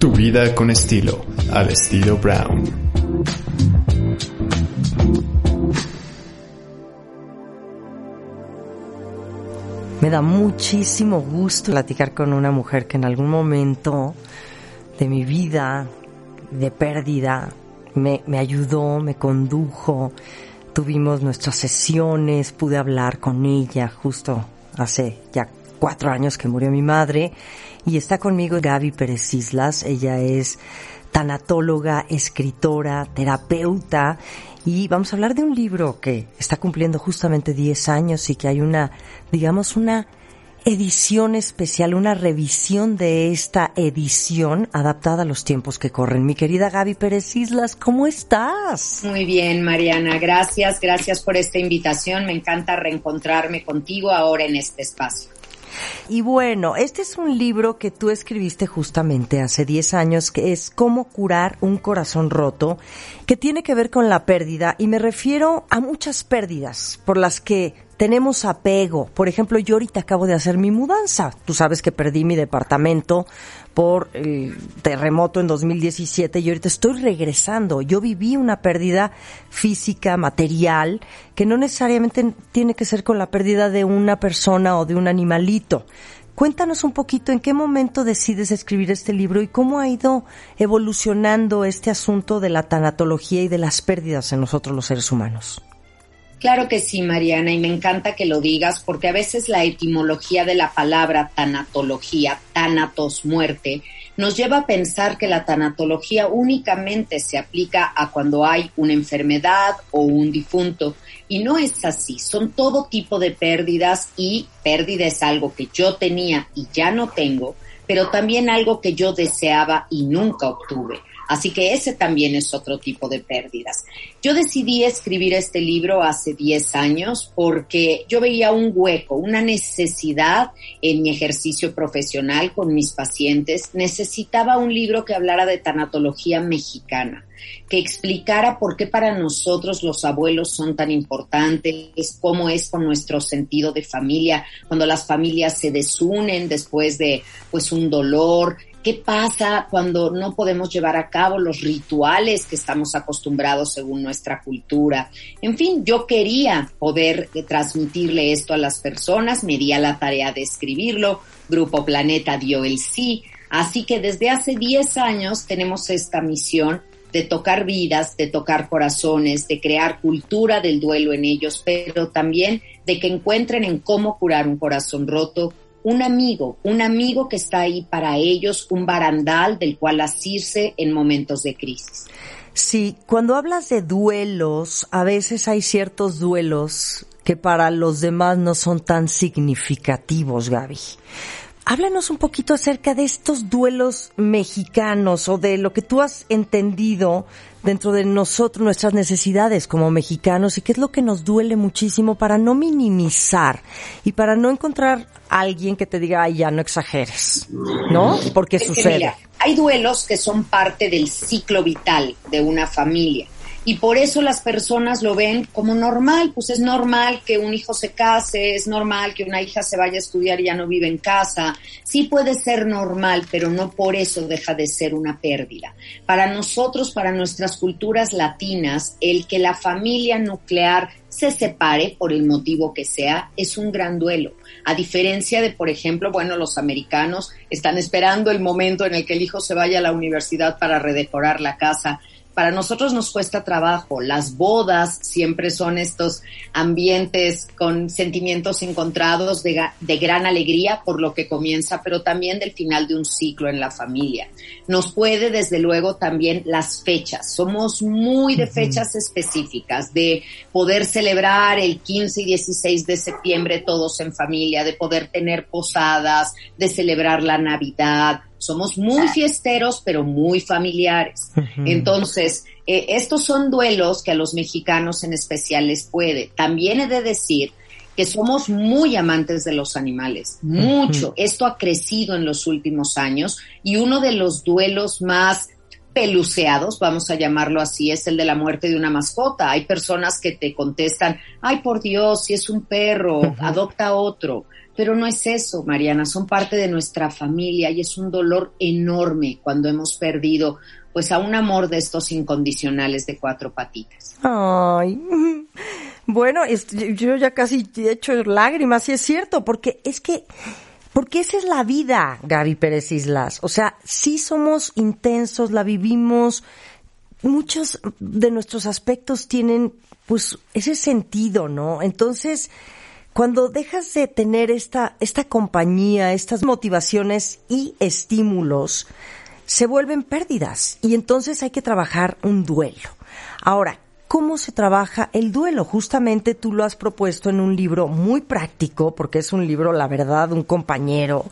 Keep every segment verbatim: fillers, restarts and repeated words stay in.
Tu vida con estilo, al estilo Brown. Me da muchísimo gusto platicar con una mujer que en algún momento de mi vida, de pérdida, me, me ayudó, me condujo. Tuvimos nuestras sesiones, pude hablar con ella justo hace ya cuatro años que murió mi madre. Y está conmigo Gaby Pérez Islas. Ella es tanatóloga, escritora, terapeuta. Y vamos a hablar de un libro que está cumpliendo justamente diez años y que hay una, digamos, una edición especial, una revisión de esta edición adaptada a los tiempos que corren. Mi querida Gaby Pérez Islas, ¿cómo estás? Muy bien, Mariana. Gracias, gracias por esta invitación. Me encanta reencontrarme contigo ahora en este espacio. Y bueno, este es un libro que tú escribiste justamente hace diez años, que es Cómo curar un corazón roto, que tiene que ver con la pérdida, y me refiero a muchas pérdidas por las que tenemos apego. Por ejemplo, yo ahorita acabo de hacer mi mudanza. Tú sabes que perdí mi departamento por el terremoto en dos mil diecisiete y ahorita estoy regresando. Yo viví una pérdida física, material, que no necesariamente tiene que ser con la pérdida de una persona o de un animalito. Cuéntanos un poquito en qué momento decides escribir este libro y cómo ha ido evolucionando este asunto de la tanatología y de las pérdidas en nosotros los seres humanos. Claro que sí, Mariana, y me encanta que lo digas porque a veces la etimología de la palabra tanatología, thanatos, muerte, nos lleva a pensar que la tanatología únicamente se aplica a cuando hay una enfermedad o un difunto, y no es así. Son todo tipo de pérdidas, y pérdida es algo que yo tenía y ya no tengo, pero también algo que yo deseaba y nunca obtuve. Así que ese también es otro tipo de pérdidas. Yo decidí escribir este libro hace diez años porque yo veía un hueco, una necesidad en mi ejercicio profesional con mis pacientes. Necesitaba un libro que hablara de tanatología mexicana, que explicara por qué para nosotros los abuelos son tan importantes, cómo es con nuestro sentido de familia, cuando las familias se desunen después de pues un dolor. ¿Qué pasa cuando no podemos llevar a cabo los rituales que estamos acostumbrados según nuestra cultura? En fin, yo quería poder transmitirle esto a las personas, me di a la tarea de escribirlo, Grupo Planeta dio el sí, así que desde hace diez años tenemos esta misión de tocar vidas, de tocar corazones, de crear cultura del duelo en ellos, pero también de que encuentren en cómo curar un corazón roto, un amigo, un amigo que está ahí para ellos, un barandal del cual asirse en momentos de crisis. Sí, cuando hablas de duelos, a veces hay ciertos duelos que para los demás no son tan significativos, Gaby. Háblanos un poquito acerca de estos duelos mexicanos o de lo que tú has entendido dentro de nosotros, nuestras necesidades como mexicanos, y qué es lo que nos duele muchísimo para no minimizar y para no encontrar a alguien que te diga, ay, ya no exageres, ¿no? Porque es sucede. Que mira, hay duelos que son parte del ciclo vital de una familia. Y por eso las personas lo ven como normal, pues es normal que un hijo se case, es normal que una hija se vaya a estudiar y ya no vive en casa. Sí puede ser normal, pero no por eso deja de ser una pérdida. Para nosotros, para nuestras culturas latinas, el que la familia nuclear se separe por el motivo que sea es un gran duelo. A diferencia de, por ejemplo, bueno, los americanos están esperando el momento en el que el hijo se vaya a la universidad para redecorar la casa. Para nosotros nos cuesta trabajo. Las bodas siempre son estos ambientes con sentimientos encontrados de, de gran alegría por lo que comienza, pero también del final de un ciclo en la familia. Nos puede, desde luego, también las fechas. Somos muy de fechas específicas, de poder celebrar el quince y dieciséis de septiembre todos en familia, de poder tener posadas, de celebrar la Navidad. Somos muy fiesteros, pero muy familiares. Uh-huh. Entonces, eh, estos son duelos que a los mexicanos en especial les puede. También he de decir que somos muy amantes de los animales, mucho. Uh-huh. Esto ha crecido en los últimos años, y uno de los duelos más peluceados, vamos a llamarlo así, es el de la muerte de una mascota. Hay personas que te contestan, ay, por Dios, si es un perro, uh-huh. adopta otro. Pero no es eso, Mariana, son parte de nuestra familia y es un dolor enorme cuando hemos perdido pues a un amor de estos incondicionales de cuatro patitas. Ay, bueno, es, yo ya casi he hecho lágrimas, y es cierto, porque es que, porque esa es la vida, Gaby Pérez Islas. O sea, sí somos intensos, la vivimos, muchos de nuestros aspectos tienen pues ese sentido, ¿no? Entonces, cuando dejas de tener esta, esta compañía, estas motivaciones y estímulos, se vuelven pérdidas y entonces hay que trabajar un duelo. Ahora, ¿cómo se trabaja el duelo? Justamente tú lo has propuesto en un libro muy práctico, porque es un libro, la verdad, un compañero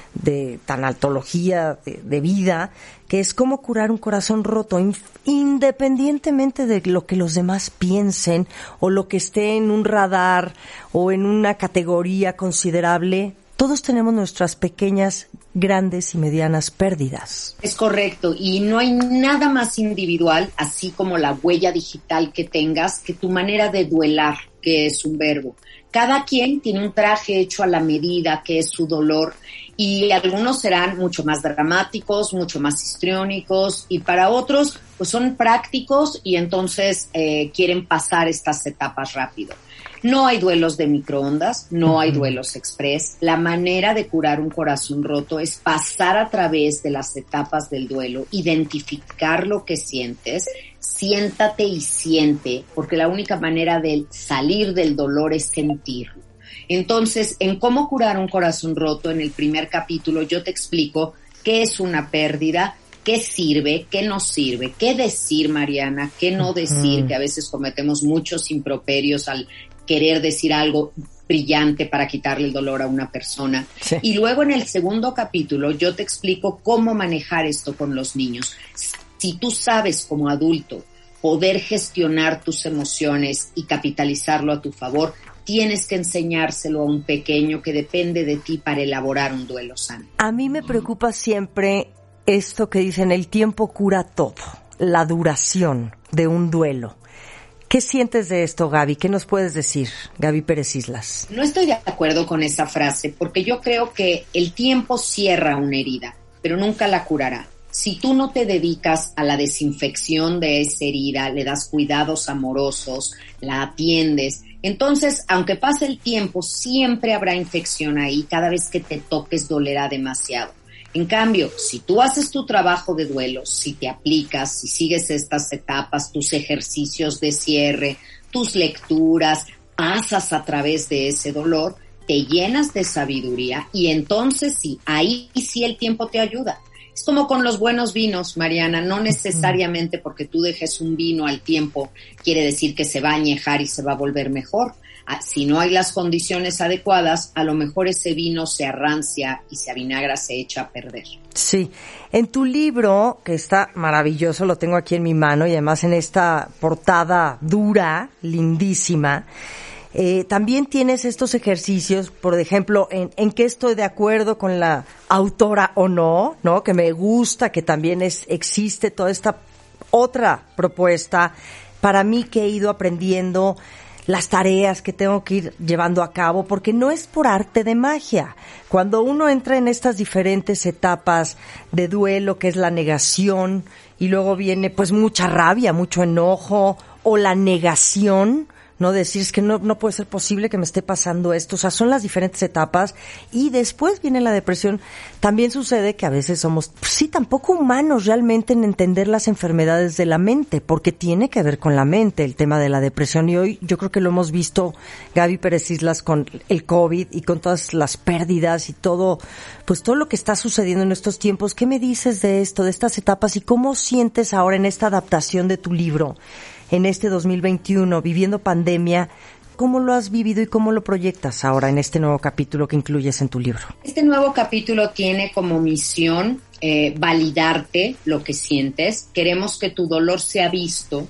de tanatología, de, de vida, que es cómo curar un corazón roto, in, independientemente de lo que los demás piensen o lo que esté en un radar o en una categoría considerable. Todos tenemos nuestras pequeñas, grandes y medianas pérdidas. Es correcto, y no hay nada más individual, así como la huella digital que tengas, que tu manera de duelar, que es un verbo. Cada quien tiene un traje hecho a la medida, que es su dolor, y algunos serán mucho más dramáticos, mucho más histriónicos, y para otros pues son prácticos y entonces eh, quieren pasar estas etapas rápido. No hay duelos de microondas, no hay duelos express. La manera de curar un corazón roto es pasar a través de las etapas del duelo, identificar lo que sientes, siéntate y siente, porque la única manera de salir del dolor es sentirlo. Entonces, en cómo curar un corazón roto, en el primer capítulo yo te explico qué es una pérdida, qué sirve, qué no sirve, qué decir, Mariana, qué no decir, uh-huh. que a veces cometemos muchos improperios al querer decir algo brillante para quitarle el dolor a una persona. Sí. Y luego en el segundo capítulo yo te explico cómo manejar esto con los niños. Si tú sabes como adulto poder gestionar tus emociones y capitalizarlo a tu favor, tienes que enseñárselo a un pequeño que depende de ti para elaborar un duelo sano. A mí me preocupa siempre esto que dicen, el tiempo cura todo, la duración de un duelo. ¿Qué sientes de esto, Gaby? ¿Qué nos puedes decir, Gaby Pérez Islas? No estoy de acuerdo con esa frase, porque yo creo que el tiempo cierra una herida, pero nunca la curará. Si tú no te dedicas a la desinfección de esa herida, le das cuidados amorosos, la atiendes, entonces, aunque pase el tiempo, siempre habrá infección ahí. Cada vez que te toques dolerá demasiado. En cambio, si tú haces tu trabajo de duelo, si te aplicas, si sigues estas etapas, tus ejercicios de cierre, tus lecturas, pasas a través de ese dolor, te llenas de sabiduría y entonces sí, ahí sí el tiempo te ayuda. Es como con los buenos vinos, Mariana, no necesariamente porque tú dejes un vino al tiempo quiere decir que se va a añejar y se va a volver mejor. Si no hay las condiciones adecuadas, a lo mejor ese vino se arrancia y se avinagra, se echa a perder. Sí. En tu libro, que está maravilloso, lo tengo aquí en mi mano y además en esta portada dura, lindísima, eh, también tienes estos ejercicios, por ejemplo, en, en qué estoy de acuerdo con la autora o no, ¿no? Que me gusta, que también es, existe toda esta otra propuesta para mí que he ido aprendiendo, las tareas que tengo que ir llevando a cabo, porque no es por arte de magia. Cuando uno entra en estas diferentes etapas de duelo, que es la negación, y luego viene pues mucha rabia, mucho enojo, o la negación, no decir es que no, no puede ser posible que me esté pasando esto, o sea, son las diferentes etapas, y después viene la depresión. También sucede que a veces somos, pues, sí, tampoco humanos realmente en entender las enfermedades de la mente, porque tiene que ver con la mente el tema de la depresión, y hoy yo creo que lo hemos visto, Gaby Pérez Islas, con el COVID y con todas las pérdidas y todo, pues todo lo que está sucediendo en estos tiempos. ¿Qué me dices de esto, de estas etapas, y cómo sientes ahora en esta adaptación de tu libro, en este dos mil veintiuno, viviendo pandemia? ¿Cómo lo has vivido y cómo lo proyectas ahora en este nuevo capítulo que incluyes en tu libro? Este nuevo capítulo tiene como misión eh, validarte lo que sientes. Queremos que tu dolor sea visto,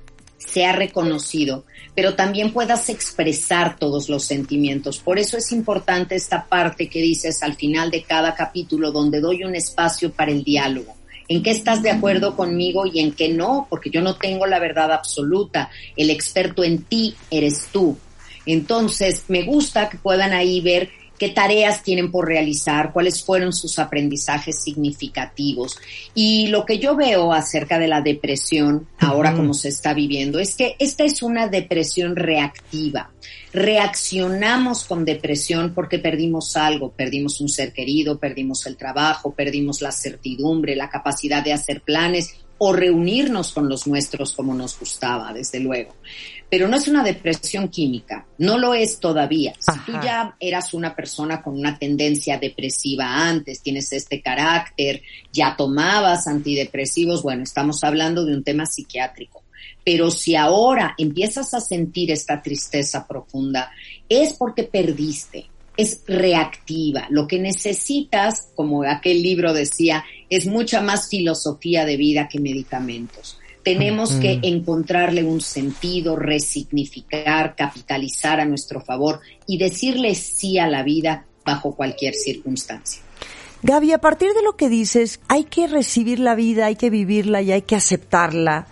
sea reconocido, pero también puedas expresar todos los sentimientos. Por eso es importante esta parte que dices al final de cada capítulo, donde doy un espacio para el diálogo. ¿En qué estás de acuerdo conmigo y en qué no? Porque yo no tengo la verdad absoluta. El experto en ti eres tú. Entonces, me gusta que puedan ahí ver qué tareas tienen por realizar, cuáles fueron sus aprendizajes significativos. Y lo que yo veo acerca de la depresión, ahora uh-huh. como se está viviendo, es que esta es una depresión reactiva. Reaccionamos con depresión porque perdimos algo, perdimos un ser querido, perdimos el trabajo, perdimos la certidumbre, la capacidad de hacer planes o reunirnos con los nuestros como nos gustaba, desde luego. Pero no es una depresión química, no lo es todavía. Si Ajá. tú ya eras una persona con una tendencia depresiva antes, tienes este carácter, ya tomabas antidepresivos, bueno, estamos hablando de un tema psiquiátrico. Pero si ahora empiezas a sentir esta tristeza profunda, es porque perdiste, es reactiva. Lo que necesitas, como aquel libro decía, es mucha más filosofía de vida que medicamentos. Tenemos que encontrarle un sentido, resignificar, capitalizar a nuestro favor y decirle sí a la vida bajo cualquier circunstancia. Gaby, a partir de lo que dices, hay que recibir la vida, hay que vivirla y hay que aceptarla.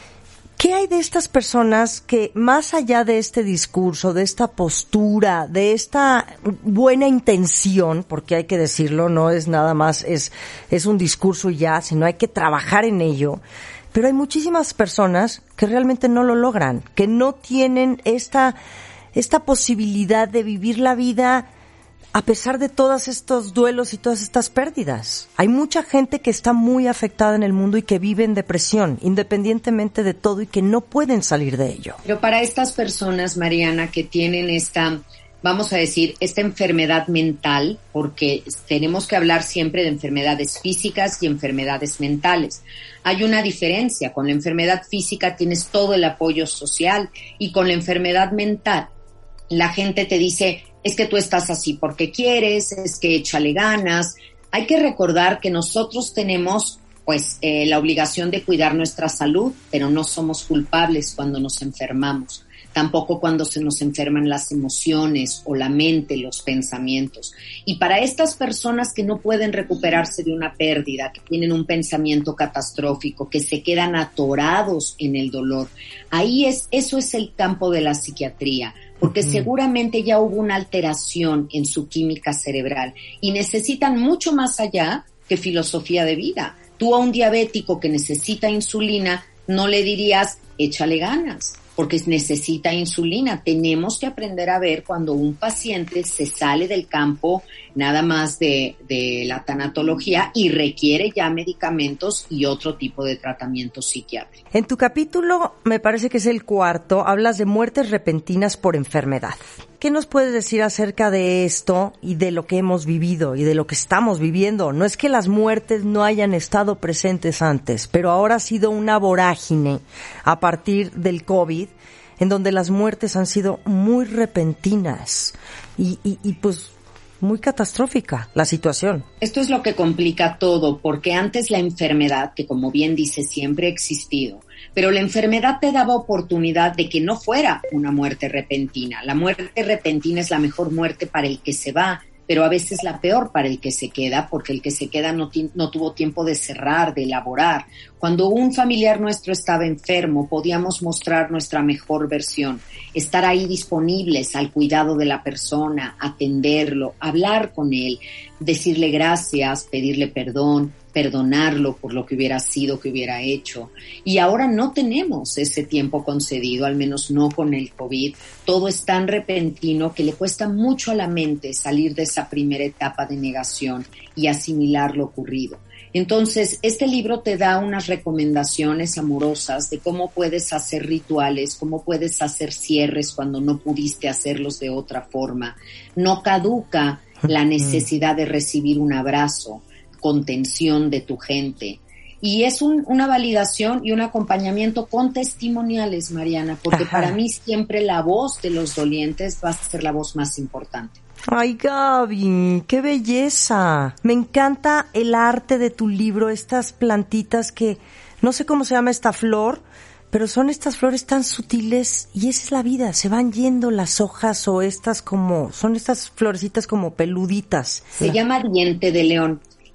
¿Qué hay de estas personas que, más allá de este discurso, de esta postura, de esta buena intención, porque hay que decirlo, no es nada más, es, es un discurso y ya, sino hay que trabajar en ello? Pero hay muchísimas personas que realmente no lo logran, que no tienen esta, esta posibilidad de vivir la vida a pesar de todos estos duelos y todas estas pérdidas. Hay mucha gente que está muy afectada en el mundo y que vive en depresión, independientemente de todo, y que no pueden salir de ello. Pero para estas personas, Mariana, que tienen esta, vamos a decir, esta enfermedad mental, porque tenemos que hablar siempre de enfermedades físicas y enfermedades mentales. Hay una diferencia. Con la enfermedad física tienes todo el apoyo social, y con la enfermedad mental la gente te dice, es que tú estás así porque quieres, es que échale ganas. Hay que recordar que nosotros tenemos pues eh, la obligación de cuidar nuestra salud, pero no somos culpables cuando nos enfermamos. Tampoco cuando se nos enferman las emociones o la mente, los pensamientos. Y para estas personas que no pueden recuperarse de una pérdida, que tienen un pensamiento catastrófico, que se quedan atorados en el dolor, ahí es, eso es el campo de la psiquiatría, porque uh-huh. seguramente ya hubo una alteración en su química cerebral y necesitan mucho más allá que filosofía de vida. Tú a un diabético que necesita insulina no le dirías, échale ganas, porque necesita insulina. Tenemos que aprender a ver cuando un paciente se sale del campo nada más de, de la tanatología y requiere ya medicamentos y otro tipo de tratamiento psiquiátrico. En tu capítulo, me parece que es el cuarto, hablas de muertes repentinas por enfermedad. ¿Qué nos puedes decir acerca de esto y de lo que hemos vivido y de lo que estamos viviendo? No es que las muertes no hayan estado presentes antes, pero ahora ha sido una vorágine a partir del COVID, en donde las muertes han sido muy repentinas y, y, y pues muy catastrófica la situación. Esto es lo que complica todo, porque antes la enfermedad, que como bien dice siempre ha existido, pero la enfermedad te daba oportunidad de que no fuera una muerte repentina. La muerte repentina es la mejor muerte para el que se va, pero a veces la peor para el que se queda, porque el que se queda no, ti- no tuvo tiempo de cerrar, de elaborar. Cuando un familiar nuestro estaba enfermo, podíamos mostrar nuestra mejor versión, estar ahí disponibles al cuidado de la persona, atenderlo, hablar con él, decirle gracias, pedirle perdón, perdonarlo por lo que hubiera sido, que hubiera hecho. Y ahora no tenemos ese tiempo concedido, al menos no con el COVID. Todo es tan repentino que le cuesta mucho a la mente salir de esa primera etapa de negación y asimilar lo ocurrido. Entonces, este libro te da unas recomendaciones amorosas de cómo puedes hacer rituales, cómo puedes hacer cierres cuando no pudiste hacerlos de otra forma. No caduca la necesidad de recibir un abrazo, contención de tu gente. Y es un, una validación y un acompañamiento con testimoniales, Mariana, porque Ajá. para mí siempre la voz de los dolientes va a ser la voz más importante. Ay, Gaby, qué belleza. Me encanta el arte de tu libro, estas plantitas que, no sé cómo se llama esta flor, pero son estas flores tan sutiles y esa es la vida, se van yendo las hojas o estas como, son estas florecitas como peluditas. Se llama diente de león.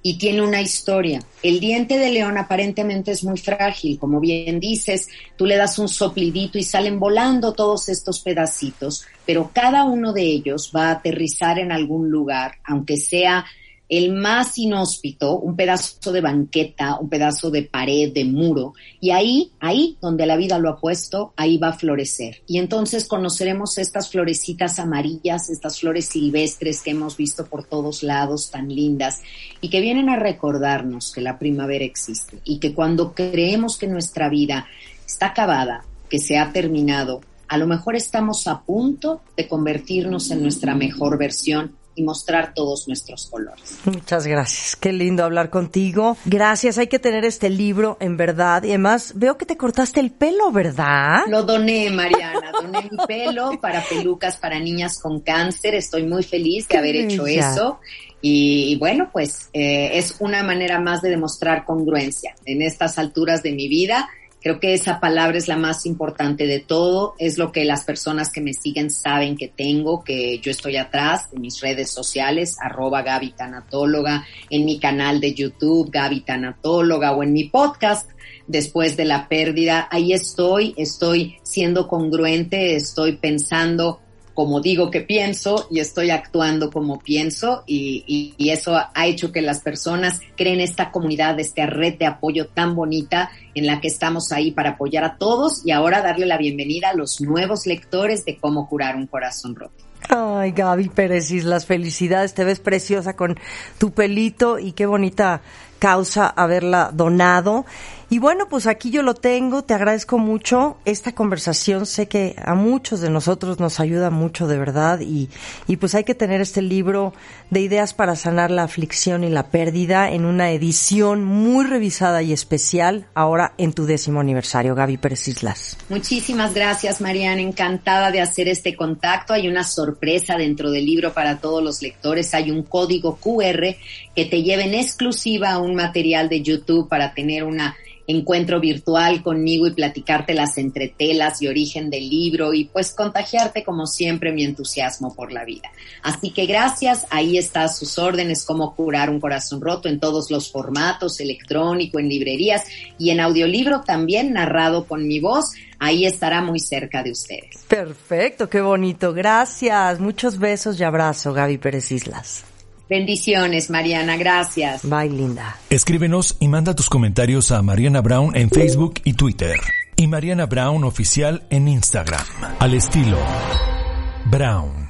y tiene una historia. El diente de león aparentemente es muy frágil, como bien dices, tú le das un soplidito y salen volando todos estos pedacitos, pero cada uno de ellos va a aterrizar en algún lugar, aunque sea el más inhóspito, un pedazo de banqueta, un pedazo de pared, de muro, y ahí, ahí donde la vida lo ha puesto, ahí va a florecer. Y entonces conoceremos estas florecitas amarillas, estas flores silvestres que hemos visto por todos lados, tan lindas, y que vienen a recordarnos que la primavera existe, y que cuando creemos que nuestra vida está acabada, que se ha terminado, a lo mejor estamos a punto de convertirnos en nuestra mejor versión y mostrar todos nuestros colores. Muchas gracias, qué lindo hablar contigo. Gracias, hay que tener este libro, en verdad. Y además, veo que te cortaste el pelo, ¿verdad? Lo doné, Mariana, doné mi pelo para pelucas para niñas con cáncer. Estoy muy feliz de qué haber hecho bella. eso. Y, y bueno, pues eh, es una manera más de demostrar congruencia en estas alturas de mi vida. Creo que esa palabra es la más importante de todo, es lo que las personas que me siguen saben que tengo, que yo estoy atrás de mis redes sociales, arroba Gaby Tanatóloga, en mi canal de YouTube, Gaby Tanatóloga, o en mi podcast, Después de la Pérdida. Ahí estoy, estoy siendo congruente, estoy pensando como digo que pienso y estoy actuando como pienso y, y, y eso ha hecho que las personas creen esta comunidad, esta red de apoyo tan bonita en la que estamos ahí para apoyar a todos y ahora darle la bienvenida a los nuevos lectores de Cómo curar un corazón roto. Ay, Gaby Pérez Islas, felicidades, te ves preciosa con tu pelito y qué bonita causa haberla donado. Y bueno, pues aquí yo lo tengo, te agradezco mucho esta conversación, sé que a muchos de nosotros nos ayuda mucho de verdad y, y pues hay que tener este libro de ideas para sanar la aflicción y la pérdida en una edición muy revisada y especial ahora en tu décimo aniversario, Gaby Pérez Islas. Muchísimas gracias, Mariana, encantada de hacer este contacto. Hay una sorpresa dentro del libro para todos los lectores, hay un código cu erre que te lleva en exclusiva a un material de YouTube para tener una encuentro virtual conmigo y platicarte las entretelas y origen del libro y pues contagiarte como siempre mi entusiasmo por la vida. Así que gracias, ahí está a sus órdenes Cómo curar un corazón roto en todos los formatos, electrónico, en librerías y en audiolibro también narrado con mi voz. Ahí estará muy cerca de ustedes. Perfecto, qué bonito. Gracias, muchos besos y abrazo, Gaby Pérez Islas. Bendiciones, Mariana, gracias. Bye, linda. Escríbenos y manda tus comentarios a Mariana Brown en Facebook y Twitter. Y Mariana Brown Oficial en Instagram. Al estilo Brown.